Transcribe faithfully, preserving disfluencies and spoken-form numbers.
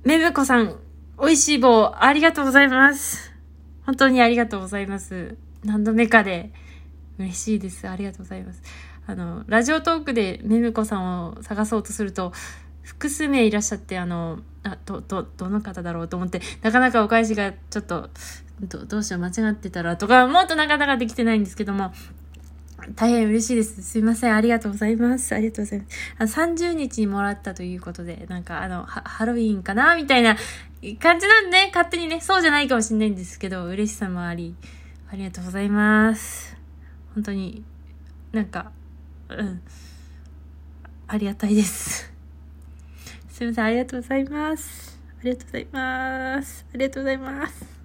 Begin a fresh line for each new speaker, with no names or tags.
めむこさん、美味しい棒、ありがとうございます。本当にありがとうございます。何度目かで嬉しいです。ありがとうございます。あの、ラジオトークでめむこさんを探そうとすると、複数名いらっしゃって、あの、あ、ど、ど、どの方だろうと思って、なかなかお返しがちょっと、ど、どうしよう間違ってたらとか、もっとなかなかできてないんですけども、大変嬉しいです。すいません。ありがとうございます。ありがとうございます。あのさんじゅうにちにもらったということで、なんかあの、ハハロウィーンかなみたいな感じなんでね、勝手にね、そうじゃないかもしれないんですけど、嬉しさもあり、ありがとうございます。本当に、なんか、うん、ありがたいです。すいません。ありがとうございます。ありがとうございます。ありがとうございます。